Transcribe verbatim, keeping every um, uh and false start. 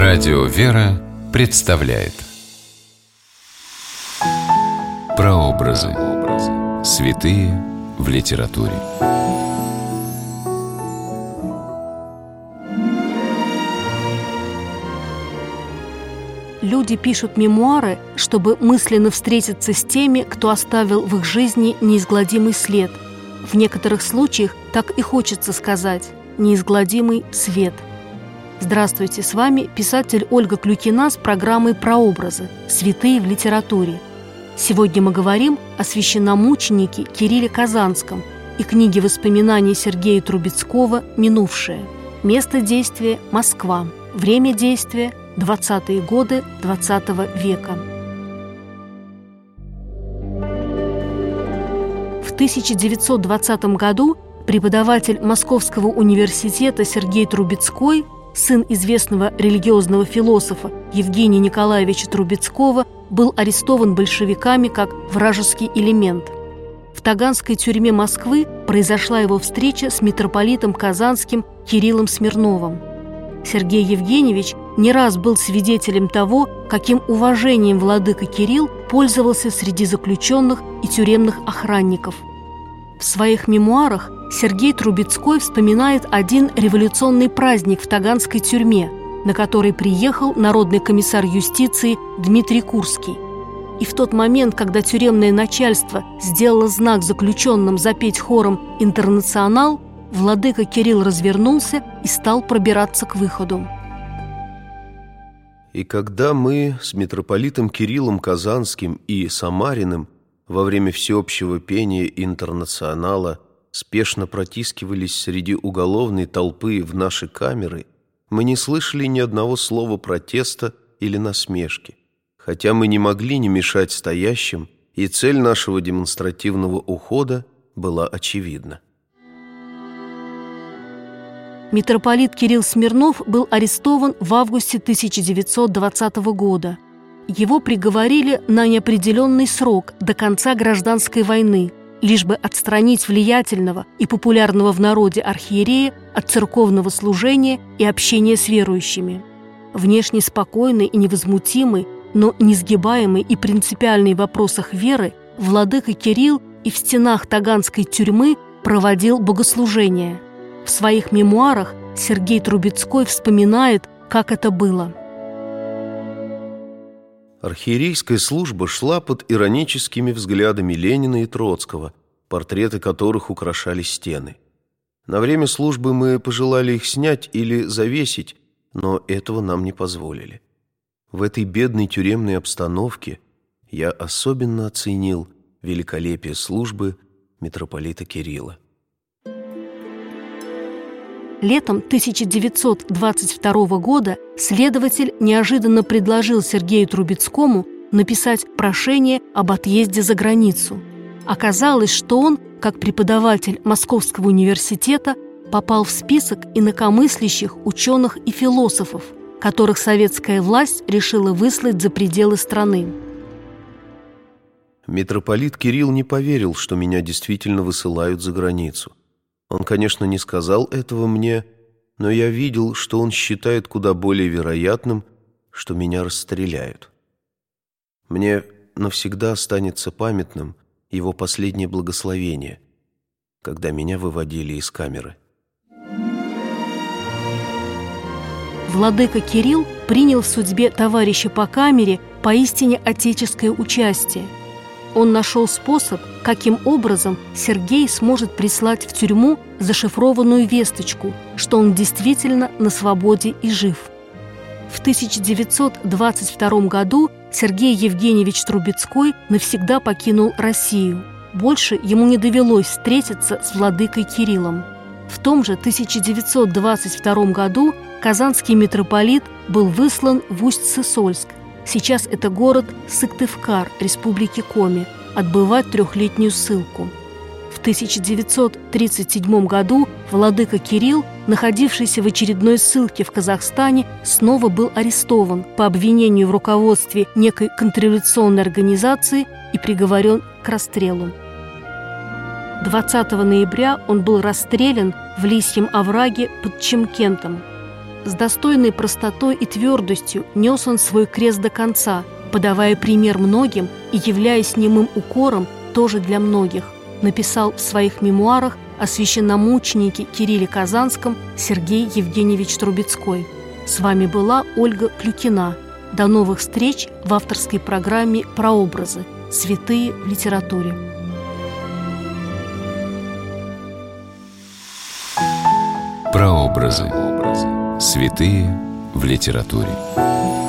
Радио «Вера» представляет Прообразы. Святые в литературе. Люди пишут мемуары, чтобы мысленно встретиться с теми, кто оставил в их жизни неизгладимый след. В некоторых случаях так и хочется сказать «неизгладимый след». Здравствуйте, с вами писатель Ольга Клюкина с программой «Прообразы. Святые в литературе». Сегодня мы говорим о священномученике Кирилле Казанском и книге воспоминаний Сергея Трубецкого «Минувшее». Место действия – Москва. Время действия – двадцатые годы двадцатого века. В тысяча девятьсот двадцатом году преподаватель Московского университета Сергей Трубецкой, сын известного религиозного философа Евгения Николаевича Трубецкого, был арестован большевиками как вражеский элемент. В Таганской тюрьме Москвы произошла его встреча с митрополитом Казанским Кириллом Смирновым. Сергей Евгеньевич не раз был свидетелем того, каким уважением владыка Кирилл пользовался среди заключенных и тюремных охранников. В своих мемуарах Сергей Трубецкой вспоминает один революционный праздник в Таганской тюрьме, на который приехал народный комиссар юстиции Дмитрий Курский. И в тот момент, когда тюремное начальство сделало знак заключенным запеть хором «Интернационал», владыка Кирилл развернулся и стал пробираться к выходу. И когда мы с митрополитом Кириллом Казанским и Самариным во время всеобщего пения «Интернационала» спешно протискивались среди уголовной толпы в наши камеры, мы не слышали ни одного слова протеста или насмешки, хотя мы не могли не мешать стоящим, и цель нашего демонстративного ухода была очевидна. Митрополит Кирилл Смирнов был арестован в августе тысяча девятьсот двадцатого года. Его приговорили на неопределенный срок до конца гражданской войны, лишь бы отстранить влиятельного и популярного в народе архиерея от церковного служения и общения с верующими. Внешне спокойный и невозмутимый, но несгибаемый и принципиальный в вопросах веры, владыка Кирилл и в стенах Таганской тюрьмы проводил богослужения. В своих мемуарах Сергей Трубецкой вспоминает, как это было. Архиерейская служба шла под ироническими взглядами Ленина и Троцкого, портреты которых украшали стены. На время службы мы пожелали их снять или завесить, но этого нам не позволили. В этой бедной тюремной обстановке я особенно оценил великолепие службы митрополита Кирилла. Летом тысяча девятьсот двадцать второго года следователь неожиданно предложил Сергею Трубецкому написать прошение об отъезде за границу. Оказалось, что он, как преподаватель Московского университета, попал в список инакомыслящих ученых и философов, которых советская власть решила выслать за пределы страны. Митрополит Кирилл не поверил, что меня действительно высылают за границу. Он, конечно, не сказал этого мне, но я видел, что он считает куда более вероятным, что меня расстреляют. Мне навсегда останется памятным его последнее благословение, когда меня выводили из камеры. Владыка Кирилл принял в судьбе товарища по камере поистине отеческое участие. Он нашел способ, каким образом Сергей сможет прислать в тюрьму зашифрованную весточку, что он действительно на свободе и жив. В тысяча девятьсот двадцать втором году Сергей Евгеньевич Трубецкой навсегда покинул Россию. Больше ему не довелось встретиться с владыкой Кириллом. В том же тысяча девятьсот двадцать втором году казанский митрополит был выслан в Усть-Сысольск. Сейчас это город Сыктывкар Республики Коми, отбывать трехлетнюю ссылку. В тысяча девятьсот тридцать седьмом году владыка Кирилл, находившийся в очередной ссылке в Казахстане, снова был арестован по обвинению в руководстве некой контрреволюционной организации и приговорен к расстрелу. двадцатого ноября он был расстрелян в Лисьем овраге под Чимкентом. С достойной простотой и твердостью нес он свой крест до конца, подавая пример многим и являясь немым укором тоже для многих, написал в своих мемуарах о священномученике Кирилле Казанском Сергей Евгеньевич Трубецкой. С вами была Ольга Клюкина. До новых встреч в авторской программе «Прообразы. Святые в литературе». Прообразы. Святые в литературе.